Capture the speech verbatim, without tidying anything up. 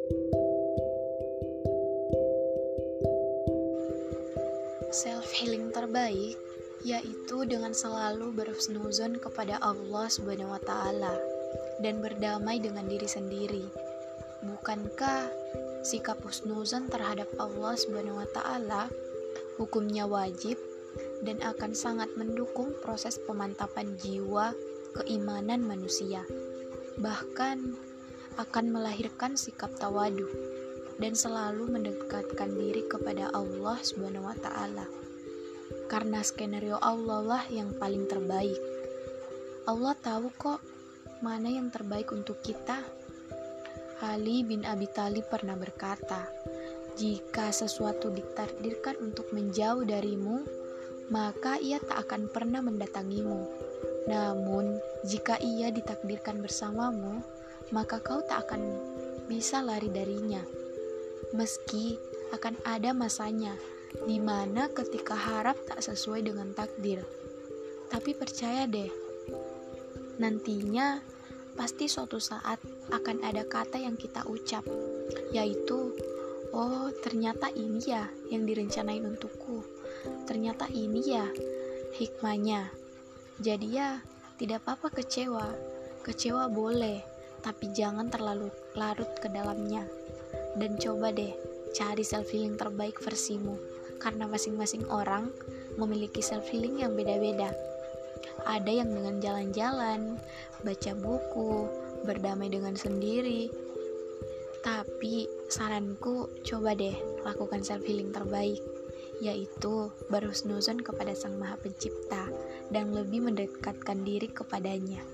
Self-healing terbaik yaitu dengan selalu berhusnuzon kepada Allah Subhanahu wa Ta'ala dan berdamai dengan diri sendiri. Bukankah sikap husnuzon terhadap Allah Subhanahu wa Ta'ala hukumnya wajib dan akan sangat mendukung proses pemantapan jiwa keimanan manusia, bahkan akan melahirkan sikap tawadu dan selalu mendekatkan diri kepada Allah Subhanahu wa Ta'ala. Karena skenario Allah lah yang paling terbaik. Allah tahu kok mana yang terbaik untuk kita. Ali bin Abi Thalib pernah berkata, "Jika sesuatu ditakdirkan untuk menjauh darimu, maka ia tak akan pernah mendatangimu. Namun, jika ia ditakdirkan bersamamu, maka kau tak akan bisa lari darinya. Meski akan ada masanya, di mana ketika harap tak sesuai dengan takdir. Tapi percaya deh, nantinya pasti suatu saat akan ada kata yang kita ucap, yaitu, oh ternyata ini ya yang direncanain untukku. Ternyata ini ya hikmahnya. Jadi ya, tidak apa-apa kecewa. Kecewa boleh, tapi jangan terlalu larut ke dalamnya. Dan coba deh cari self-healing terbaik versimu, karena masing-masing orang memiliki self-healing yang beda-beda. Ada yang dengan jalan-jalan, baca buku, berdamai dengan sendiri. Tapi saranku, coba deh lakukan self-healing terbaik, yaitu berhusnuzon kepada Sang Maha Pencipta dan lebih mendekatkan diri kepadanya.